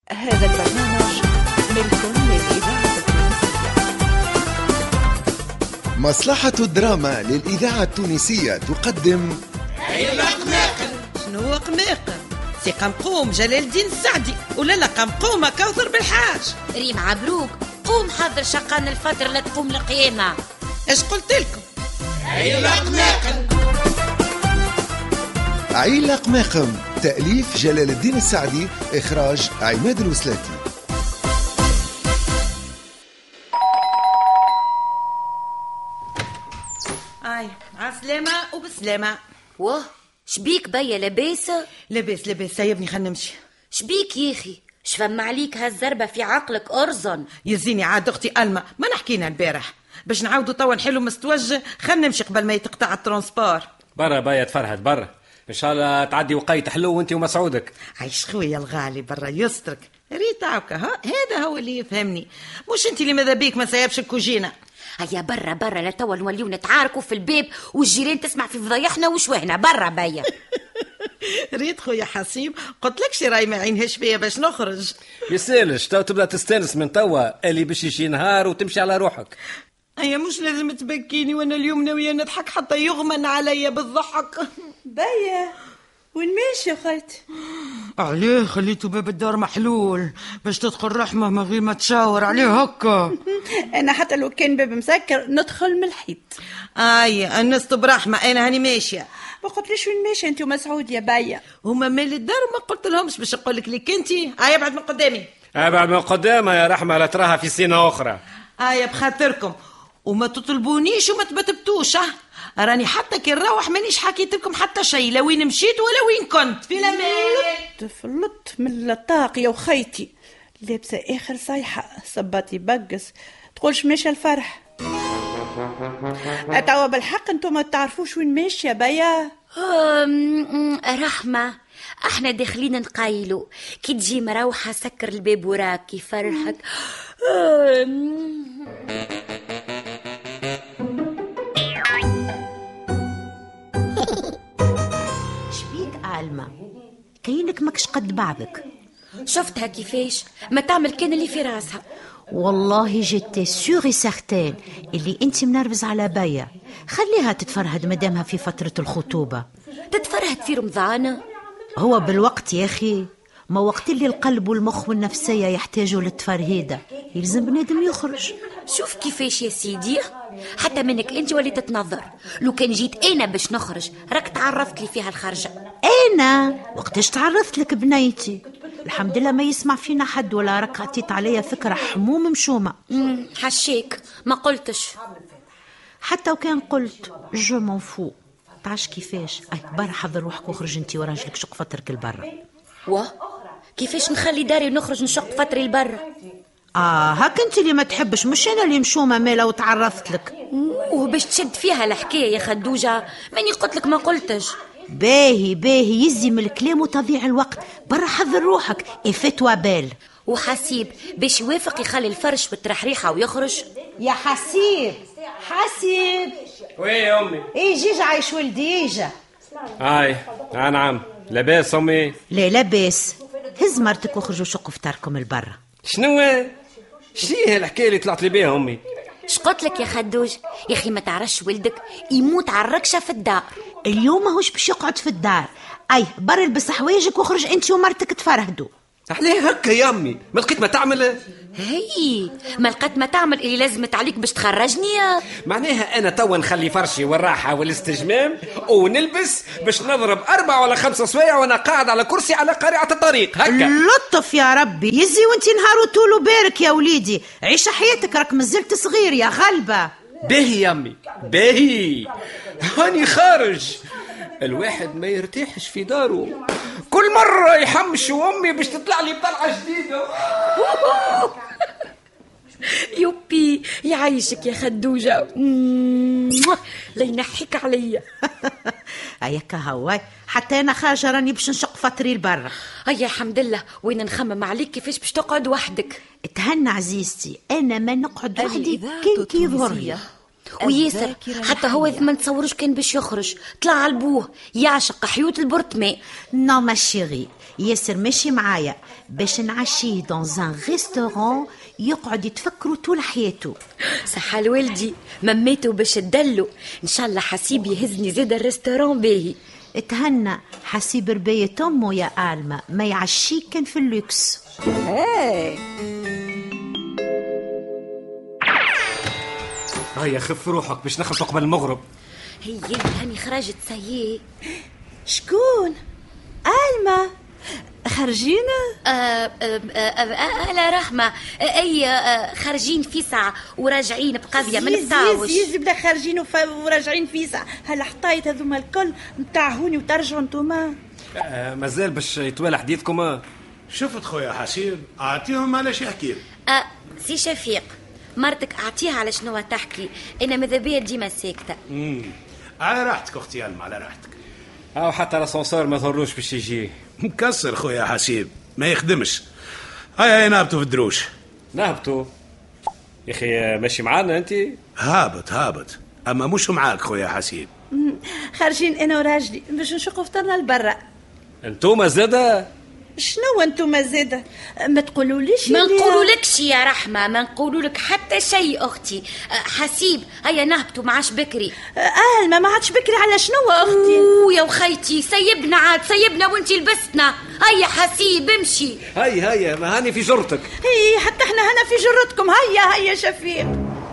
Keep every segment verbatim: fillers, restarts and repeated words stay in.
هذا البرنامج ملك للإذاعة التونسية. مصلحة الدراما للإذاعة التونسية تقدم عيلة قماقم. شنو هو قماقم؟ سي قمقوم جلال الدين السعدي ولا لا قمقومة كوثر بالحاج. ريم عبروك قوم حضر شقان الفترة لا تقوم القيامة. ايش قلت لكم؟ عيلة قماقم. عيلة قماقم، تأليف جلال الدين السعدي، إخراج عماد الوسلاتي. اي عسلامة وبسلامة. واه شبيك بيا لاباس؟ لاباس لاباس يا ابني، خلينا نمشي. شبيك يا اخي؟ شفم عليك هالزربة في عقلك أرزن. يزيني عاد اختي ألمة، ما نحكينا البارح باش نعاودوا توا نحلوا مستوجه. خلينا نمشي قبل ما يتقطع الترونسبور. برا بايا تفرهد برا، ان شاء الله تعدي وقيت حلو وانت ومسعودك. عايش خويا الغالي برا يسترك. ريت هاكا ها، هذا هو اللي يفهمني، مش انت اللي ماذا بيك ما سايبش الكوجينه. هيا برا برا لا توا نوليو نتعاركوا في الباب والجيران تسمع في فضايحنا وشوهنا. برا بيا. ريت خويا حسيب، قلت لك شي راي ما عينهاش فيا باش نخرج. يسالش تو تبدا تستانس من توا اللي باش يجي نهار وتمشي على روحك. هيا مش لازم تبكيني وانا اليوم ناويه نضحك حتى يغمن عليا بالضحك. بيا وين ماشي يا خالتي؟ عليه خليتوا باب الدار محلول باش تدخل رحمه من غير ما تشاور عليه هكا. انا حتى لو كان باب مسكر ندخل من الحيط. اي الناس برحمه، انا هاني ماشيه. ما قلتليش وين ماشي انت ومسعود يا بيا؟ هما مال الدار وما قلت لهمش باش نقول لك لك انت. هيا ابعد من قدامي. ابعد من قدامها يا رحمه لا تراها في سينه اخرى. هيا بخاطركم وما تطلبونيش وما تبتبتوش. راني حتى كي نروح مانيش حكيت لكم حتى شيء، لا وين مشيت ولا وين كنت. في الامان فلت من اللطاق يا وخيتي، لابسه اخر صيحه صباتي بقس تقولش ماشي الفرح. اتوا بالحق انتم ما تعرفوش وين ماشيه بيا؟ رحمه احنا داخلين نقايلوا كي تجي مروحه سكر الباب وراك يفرحك. ألمة كينك ماكش قد بعضك. شفتها كيفاش ما تعمل كان اللي في راسها. والله جيتي سوري سارتين اللي انت منرفز على بيا. خليها تتفرهد مدامها في فترة الخطوبة. تتفرهد في رمضان؟ هو بالوقت يا أخي، ما وقت اللي القلب والمخ والنفسية يحتاجوا للتفرهيدة يلزم بنادم يخرج. شوف كيفاش يا سيدي، حتى منك انت ولي تتنظر. لو كان جيت انا باش نخرج راك تعرفت لي فيها الخرجه. انا وقتاش تعرفت لك بنيتي؟ الحمد لله ما يسمع فينا حد ولا راك عطيت عليا فكره حموم مشومه. حشيك ما قلتش. حتى وكان قلت جو مون فو. تعرفش كيفاش؟ اي برا حضر روحك وخرج انت وراجلك شق فترك البرة. واه كيفاش نخلي داري ونخرج نشق فتري البرة؟ اه هاك انت اللي ما تحبش، مش انا اللي مشومه مالا وتعرفت لك. وباش تشد فيها الحكايه يا خدوجه ماني قلت لك ما قلتش. باهي باهي يزم الكلام وتضيع الوقت. برا حضر روحك افتوى بال. وحسيب باش يوافق يخلي الفرش والترحريحه ويخرج. يا حسيب حسيب وي يا امي؟ ايه جيج عايش ولدي اجا. هاي نعم لاباس امي؟ لا لاباس. هز مرتك وخرجوا شقوا فطاركم البرة. شنو شنو هي الحكايه اللي طلعت لي بيها امي؟ شقلت لك يا خدوج يا اخي ما تعرفش ولدك يموت على الركشه في الدار. اليوم ماهوش باش يقعد في الدار. اي برا البس حوايجك وخرج انت ومرتك تفرهدوا. عليه هكا يا امي؟ ما لقيت ما تعمل؟ هي ما لقيت ما تعمل اللي لازمت عليك باش تخرجني. معناها انا توا نخلي فرشي والراحه والاستجمام ونلبس باش نضرب أربعة ولا خمسة سوايع وانا قاعد على كرسي على قارعة الطريق هكا. لطف يا ربي يزي وانت نهار طول وبارك يا وليدي. عيش حياتك راك مازلت صغير يا غلبة. باهي يا امي باهي هاني خارج. الواحد ما يرتاحش في داره، كل مرة يحمش أمي باش تطلع لي بطلعة جديدة. يوبي يعيشك يا خدوجة لا ينحيك عليا. هيك هواي حتى أنا خارجة راني باش نشق فطري البرة. هيا الحمد لله وين نخمم عليك كيفاش باش تقعد وحدك. تهنى عزيزتي أنا ما نقعد وحدي كان كي يظهر. وياسر حتى هو إذا ما نتصوروش كان باش يخرج طلع على البوه يعشق حيوت البرطمان. نو ما شيري ياسر ماشي معايا باش نعشيه دون ان ريستورون يقعد يتفكروا طول حياته. صحة لولدي، مميته باش تدلو. ان شاء الله حسيب يهزني زيد الريستورون باهي. اتهنى حسيب رباية أمه يا آلمة، ما يعشيك كان في اللوكس. ايه هيا خف روحك باش نخلطوا قبل المغرب. هي هاني خرجت سيي. شكون؟ آلمة خارجين؟ آه آه آه آه لا رحمة، آه أي آه خارجين في ساعة وراجعين بقضية ما نفتاوش. يزي يزي بدا خارجين وراجعين في ساعة. هلا حطايت هذوما الكل نتاعهوني وترجعوا انتوما. آه مازال باش يتوالى حديثكم. شفت خويا حسيب اعطيهم علاش يحكي. آه سي شفيق، مرتك اعطيها على شنو تحكي، انا ماذا بيا ديما ساكته. امم على راحتك اختي الما، على راحتك. او حتى الاسانسور ما ضروش باش يجي مكسر خويا حسيب ما يخدمش. هيا هيا نهبطوا في الدروش. نهبطوا يا اخي؟ ماشي معانا انت؟ هابط هابط اما مش معاك خويا حسيب. خارجين انا وراجلي باش نشقوا فطرنا لبرا. انتوما زاده شنو انتم زاده؟ ما تقولوليش ما نقولولكش يا رحمه، ما نقولولك حتى شيء اختي. حسيب هيا نهبطوا معاش بكري. اه ما ما عادش بكري على شنو اختي؟ يا وخيتي سيبنا عاد سيبنا وانتي لبستنا. هيا حسيب امشي. هيا هيا ما هاني في جرتك. هي حتى احنا هنا في جرتكم. هيا هيا شفيق.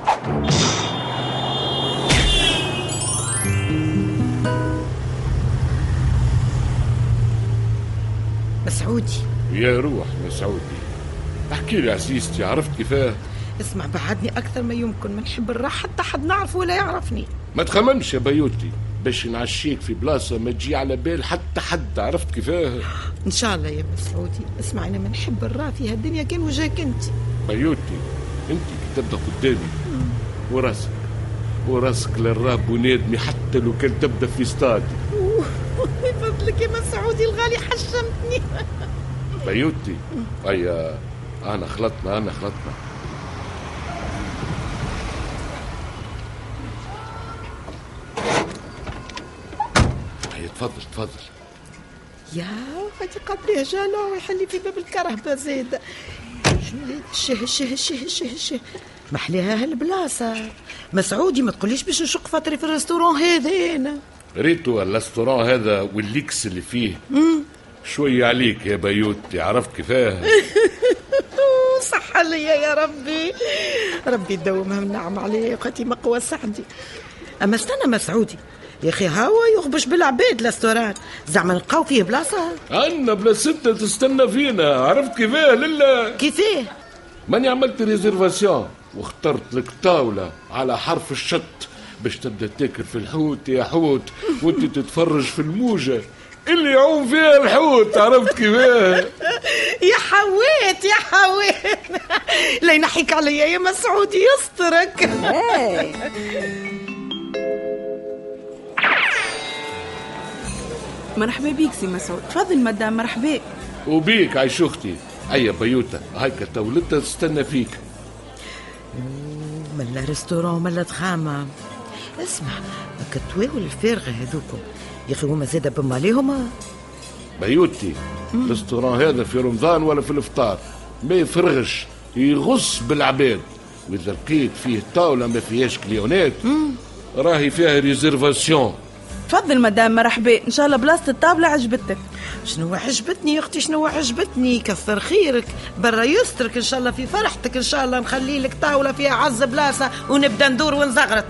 مسعودي يا روح مسعودي، احكي لي عزيزتي، عرفت كيفاه؟ اسمع، بعدني أكثر ما يمكن، ما نحب الراحة حتى حد نعرف ولا يعرفني. ما تخممش يا بيوتي باش نعشيك في بلاصة ما تجي على بال حتى حد، عرفت كيفاه؟ إن شاء الله يا مسعودي. اسمع، أنا ما نحب الراحة في هالدنيا كان وجاك أنت. بيوتي أنت تبدأ قدامي وراسك وراسك للراب ونادمي حتى لو كان تبدأ في استاد. فضلك يا مسعودي الغالي حشمتني. بيوتي أي أنا خلطنا أنا خلطنا هيا تفضل تفضل. يا هاتي قبليه جالة ويحلي في باب الكرهبة زيد. شنو هذا الشه الشه الشه الشه الشه محليها هالبلاصة. مسعودي ما تقوليش باش نشق فطري في الريستورون هذا. أنا ريتو الريستوران هذا والليكس اللي فيه مم. شوية عليك يا بيوتي، عرفت كيفاه؟ صح ليا يا ربي، ربي يدومها من نعم عليه وقتي مقوى سعدي. أما استنى مسعودي يا أخي، هوا يغبش بالعباد لاستوران، زعما نلقاو فيه بلاصة؟ عنا بلاصتنا تستنى فينا، عرفت كيفاه؟ لله كيفاه؟ ماني عملت ريزيرفاسيون واخترت لك طاولة على حرف الشط باش تبدا تاكل في الحوت يا حوت وانت تتفرج في الموجة اللي يعوم فيها الحوت، عرفت كيفاه؟ يا حويت يا حويت لا ينحيك عليا يا مسعودي يسترك. مرحبا بيك سي مسعود. تفضل مدام. مرحبا. وبيك عايش اختي. هيا بيوتة هيك طاولتها تستنى فيك. ملا ريستورون ملا ضخامة. اسمع كتواول الفارغة هذوكم يا اخي، هما زاده بما عليهم. بيوتي الريستوران هذا في رمضان ولا في الافطار ما يفرغش، يغص بالعباد، واذا لقيت فيه طاوله ما فيهاش كليونات راهي فيها ريزيرفاسيون. تفضل مدام. مرحبا. ان شاء الله بلاصه الطاوله عجبتك. شنو عجبتني يا اختي؟ شنو عجبتني؟ كثر خيرك، برا يسترك ان شاء الله في فرحتك. ان شاء الله نخلي لك طاوله فيها عز بلاصه ونبدا ندور ونزغرط.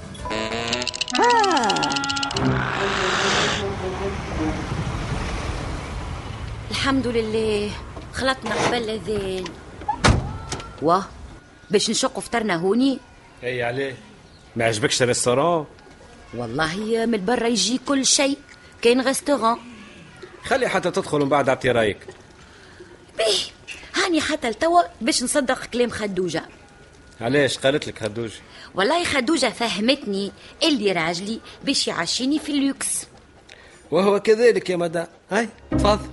الحمد لله خلطنا قبل الاذان. واه باش نشق فطرنا هوني. اي عليه ما عجبكش الريستوران؟ والله من برا يجي كل شيء، كاين ريستوران. خلي حتى تدخل ومن بعد اعطي رايك. بيه هاني حتى التوا باش نصدق كلام خدوجه. علاش قالت لك خدوجه؟ والله خدوجه فهمتني اللي راجلي باش يعشيني في اللوكس، وهو كذلك يا مدام. هاي تفضل.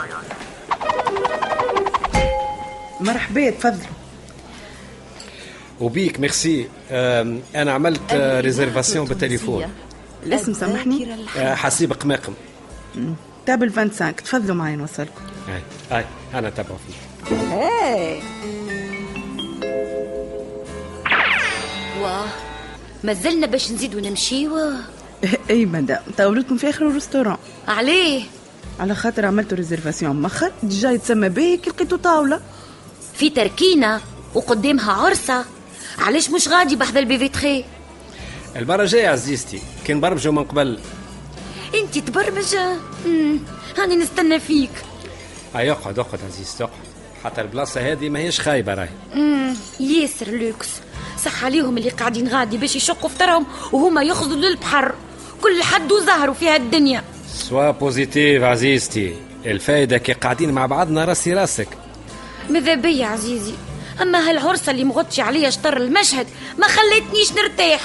مرحبا. تفضلوا. وبيك ميرسي. انا عملت ريزيرفاسيون بالتليفون. الاسم سامحني. آه، حسيب قماقم. تابل خمسة وعشرين، تفضلوا معي نوصلكم. اي اي انا تابعوا فيك. ايه واه مازلنا باش نزيد ونمشيوا. اي مدام، طاولتكم في اخر الريستوران. عليه؟ على خاطر عملتوا ريزيرفاسيون مخر ديجا يتسمى به كي لقيتوا طاوله في تركينه وقدامها عرسه. علاش مش غادي بحذا البيفيتري؟ المره الجايه عزيزتي كان برمجوا من قبل. انت تبرمج؟ امم هاني نستنى فيك. اي اقعد اقعد عزيزتي اقعد، حتى البلاصه هذه ما هيش خايبه راهي. امم ياسر لوكس. صح عليهم اللي قاعدين غادي باش يشقوا فطرهم وهما يخرجوا للبحر. كل حد وزهروا في هالدنيا. سوا بوزيتيف عزيزتي، الفايده كي قاعدين مع بعضنا راسي راسك. ماذا بيا عزيزي، اما هالعرسه اللي مغطي عليا شطر المشهد ما خليتنيش نرتاح.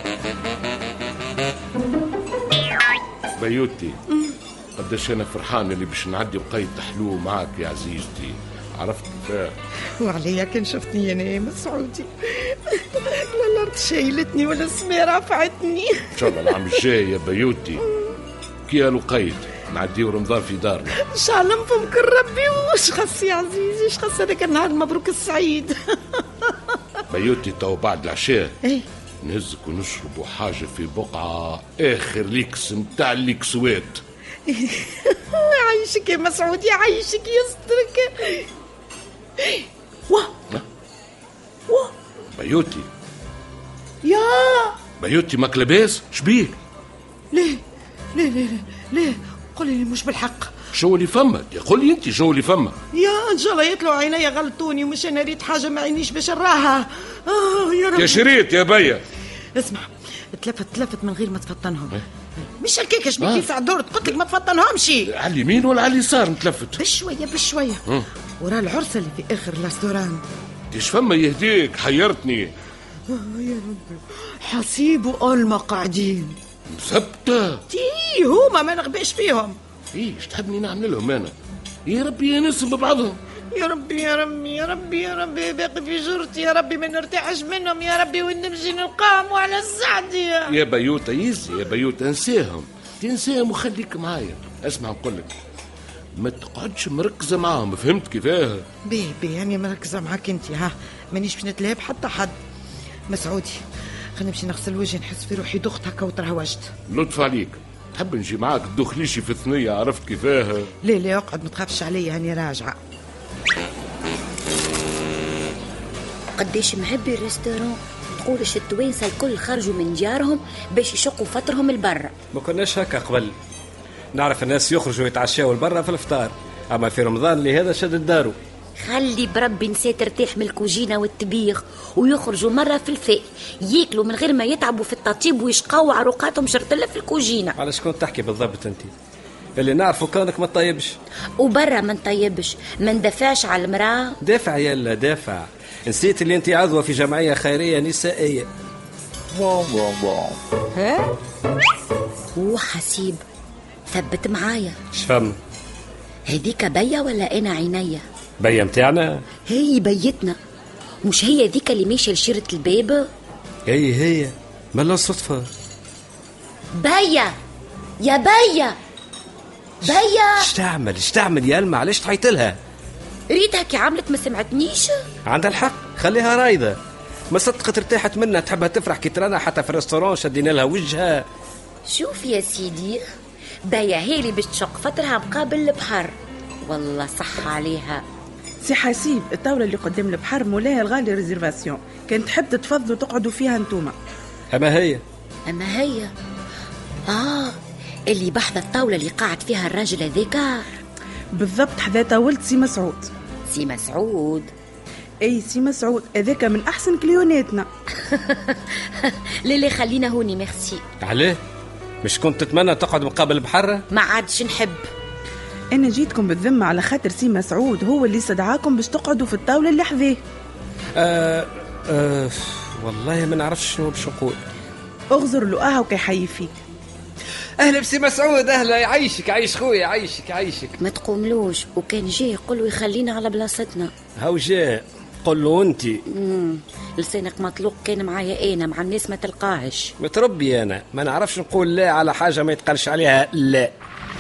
بيوتي قداش انا فرحان اللي باش نعدي بقيت حلو معاك يا عزيزتي. عرفت كيفاه؟ وعليا كان شفتني انا يا مسعودي لا الارض شايلتني ولا السماء رفعتني. ان شاء الله العام الجاي يا بيوتي كي لقيت نعديو رمضان في دارنا ان شاء الله نفهمك ربي. واش خاص يا عزيزي، اش خاص هذاك النهار المبروك السعيد. بيوتي تو بعد العشاء ايه نهزك ونشربوا حاجه في بقعه اخر ليكس نتاع الليكسوات. عايشك يا مسعودي، عايشك يسترك. واه واه بيوتي يا بيوتي ماك لاباس شبيك؟ ليه ليه ليه ليه قولي لي مش بالحق. شو اللي فما؟ قول لي انت شو اللي فما؟ يا ان شاء الله يطلعوا عيني غلطوني ومش انا ريت حاجه ما عينيش باش نراها. اه يا رب. يا شريط يا بيا اسمع، تلفت تلفت من غير ما تفطنهم. مش هكاك شبيك في ساعة دورت، قلت لك ما تفطنهمش. على اليمين ولا على اليسار نتلفت؟ بشويه بشويه ورا العرسه اللي في اخر لاستوران. ايش فما يهديك؟ حيرتني. اه يا ربي، حسيب والما قاعدين مثبته تي هما ما نغباش فيهم. ايش تحبني نعمل لهم انا؟ يا ربي ينسوا ببعضهم. يا ربي يا ربي يا ربي يا ربي باقي في جرتي يا ربي، ما نرتاحش منهم يا ربي، وين نمشي نلقاهم على السعدية. يا بيوتا يزي يا بيوتا انساهم تنساهم وخليك معايا. اسمع نقول لك ما تقعدش مركزه معاهم، فهمت كيفاه؟ بيه بيه يعني مركزه معاك انت. ها مانيش باش نتلاعب حتى حد. مسعودي خلينا نمشي نغسل وجهي، نحس في روحي دخت هكا وترهوجت. لطف عليك، تحب نجي معاك تدخليشي في الثنيه؟ عرفت كيفاه؟ ليه ليه اقعد ما تخافش عليا هاني راجعه. قديش محبي الريستوران. تقولش التوانسه الكل خرجوا من ديارهم باش يشقوا فطرهم البرة. ما كناش هكا قبل، نعرف الناس يخرجوا يتعشاوا البرة في الفطار، اما في رمضان اللي هذا شدد دارو. خلي بربي نساء ترتاح من الكوجينه والطبيخ ويخرجوا مره في الفاء ياكلوا من غير ما يتعبوا في التطيب ويشقاو عروقاتهم شرطله في الكوجينه. على شكون تحكي بالضبط انت؟ اللي نعرفه كونك ما طيبش وبرا ما نطيبش، ما ندافعش على المراه. دافع يلا دافع. نسيت اللي انت عضوه في جمعيه خيريه نسائيه. ها وحسيب ثبت معايا. شفم هذيك بيا ولا انا عينيا؟ بيا متاعنا هي بيتنا، مش هي ذيك اللي ماشيه لشيرة الباب؟ هي هي ملا صدفه. بيا يا بيا بيا اش تعمل اش تعمل يا الما؟ علاش تحيت لها؟ ريتها كي عملت ما سمعتنيش. عندها الحق، خليها رايده. ما صدقت ارتاحت منها، تحبها تفرح كي ترانا حتى في الريستوران شدينا لها وجهها. شوف يا سيدي، بيا هي اللي باش تشق فترها مقابل البحر، والله صح عليها. سي حسيب الطاوله اللي قدام البحر مولاها الغالي ريزيرفاسيون، كان تحب تتفضلوا تقعدوا فيها انتوما. اما هي اما هي اه اللي بحث الطاوله اللي قاعد فيها الراجل هذاك بالضبط، حذا طاولت سي مسعود. سي مسعود؟ اي سي مسعود هذاك من احسن كليوناتنا. ليلي خلينا هوني ميرسي. عليه؟ مش كنت تتمنى تقعد مقابل البحر؟ ما عادش نحب. انا جيتكم بالذمه على خاطر سي مسعود هو اللي استدعاكم باش تقعدوا في الطاوله اللي حذاه. آه آه والله ما نعرفش شنو باش نقول. اغزر له اه وكي حي فيك. اهلا بسي مسعود، اهلا، يعيشك يعيش خويا، يعيشك يعيشك. ما تقوملوش، وكان جاي يقول له يخلينا على بلاصتنا. هاو جاء تقول له انت. لسانك مطلوق كان معايا انا، مع الناس ما تلقاهش. متربي انا ما نعرفش نقول لا على حاجه ما يتقالش عليها لا.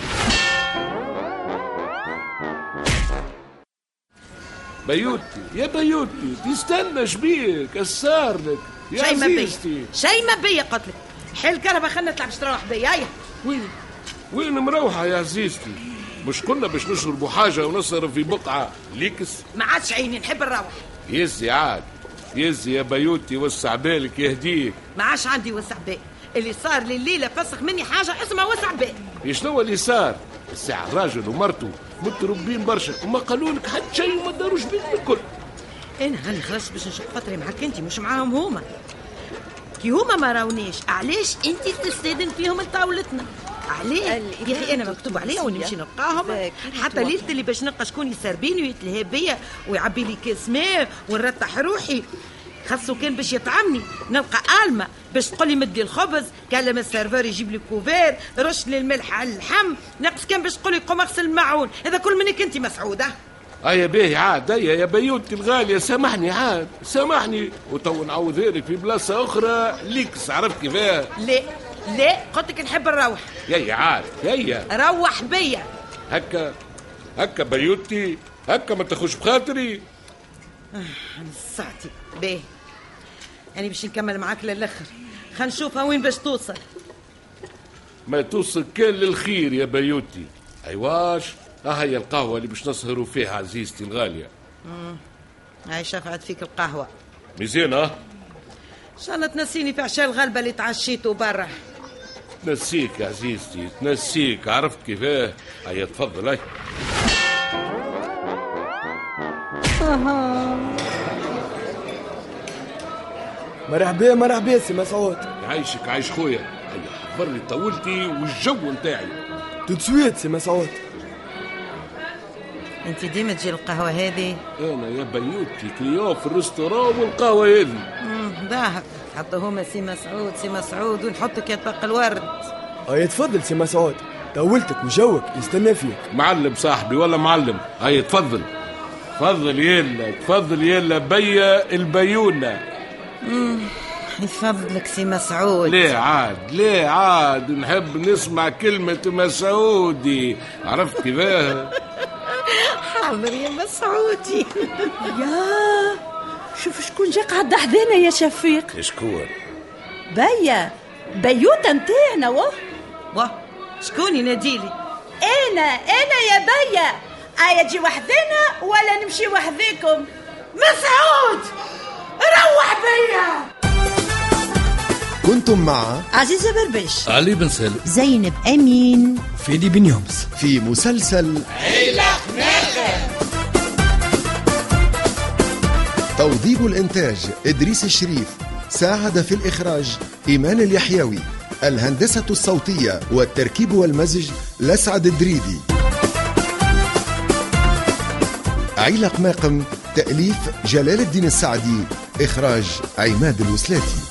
بيوتي يا بيوتي تستنى شبيك السار لك يا شي ما بيا عزيزتي. شي ما بيا قلت لك. حل الكهرباء خلنا نطلع باش تروح بيا. هيا وين وين مروحه يا عزيزتي؟ مش كنا باش نشربوا حاجه ونصرف في بقعه ليكس؟ ما عادش عيني نحب نروح. يزي عاد يزي يا بيوتي وسع بالك يهديك. ما عادش عندي وسع بال. اللي صار لي الليله فسخ مني حاجه اسمها وسع بال. شنو اللي صار؟ الساعة الراجل ومرته متربين برشا وما قالوا لك حتى شيء وما داروش بيك الكل. انا هاني خرجت باش نشوف خاطري معاك انت مش معاهم هما. كي هما ما راونيش علاش انت تستاذن فيهم لطاولتنا؟ عليه يا اخي انا مكتوب عليا ونمشي نلقاهم حتى ليله اللي باش نلقى شكون يسربيني ويتلهى بيا ويعبي لي كاس ماء ونرتاح روحي. خاصو كان باش يطعمني نلقى آلمة باش تقولي مدي الخبز، كلم السيرفور يجيب لي كوفير، رش لي الملح على اللحم، ناقص كان باش تقولي قوم اغسل الماعون. هذا كل منك انت مسعوده. ايا باهي عاد ايا يا بيوتي الغاليه سامحني عاد سامحني وتو نعوض لك في بلاصه اخرى ليكس. عرفت كيفاه؟ لا لا قلت لك نحب نروح. يا عاد يا روح بيا هكا هكا بيوتي هكا ما تاخوش بخاطري. آه ساعتي باهي يعني باش نكمل معاك للاخر. خلينا نشوفها وين باش توصل. ما توصل كان للخير يا بيوتي. ايواش ها هي القهوه اللي باش نسهروا فيها عزيزتي الغاليه. امم هاي شفعت فيك القهوه مزيانه. ان شاء الله تنسيني في عشاء الغلبه اللي تعشيته برا. تنسيك يا عزيزتي تنسيك. عرفت كيفاه؟ هيا تفضل. هاي مرحبا مرحبا سي مسعود. يعيشك عايش خويا. هيا حضر لي طولتي والجو نتاعي. تتسويت سي مسعود. انت ديما تجي القهوه هذه؟ انا يا بيوتي كليون في الريستوران والقهوه هذه. امم باهك حتى هما سي مسعود سي مسعود ونحطك يا طاق الورد. هيا تفضل سي مسعود طولتك وجوك يستنى فيك. معلم صاحبي ولا معلم. هيا تفضل تفضل يلا تفضل يلا بيا البيونه. امم يفضلك سي مسعود. ليه عاد ليه عاد نحب نسمع كلمة مسعودي. عرفت كيفاه؟ حاضر يا مسعودي. يا شوف شكون جا قاعد حدانا يا شفيق. شكون؟ بيا بيوتا نتاعنا. واه واه شكون يناديلي؟ انا انا يا بيا. ايا تجي وحدنا ولا نمشي وحديكم؟ مسعود روح بيا. كنتم مع عزيزة بربش، علي بن سالم، زينب أمين، فيدي بن يومس، في مسلسل عيلة ناخر. توظيف الإنتاج إدريس الشريف، ساعد في الإخراج إيمان اليحيوي، الهندسة الصوتية والتركيب والمزج لسعد الدريدي. عيلة ماقم، تأليف جلال الدين السعدي، إخراج عماد الوسلاتي.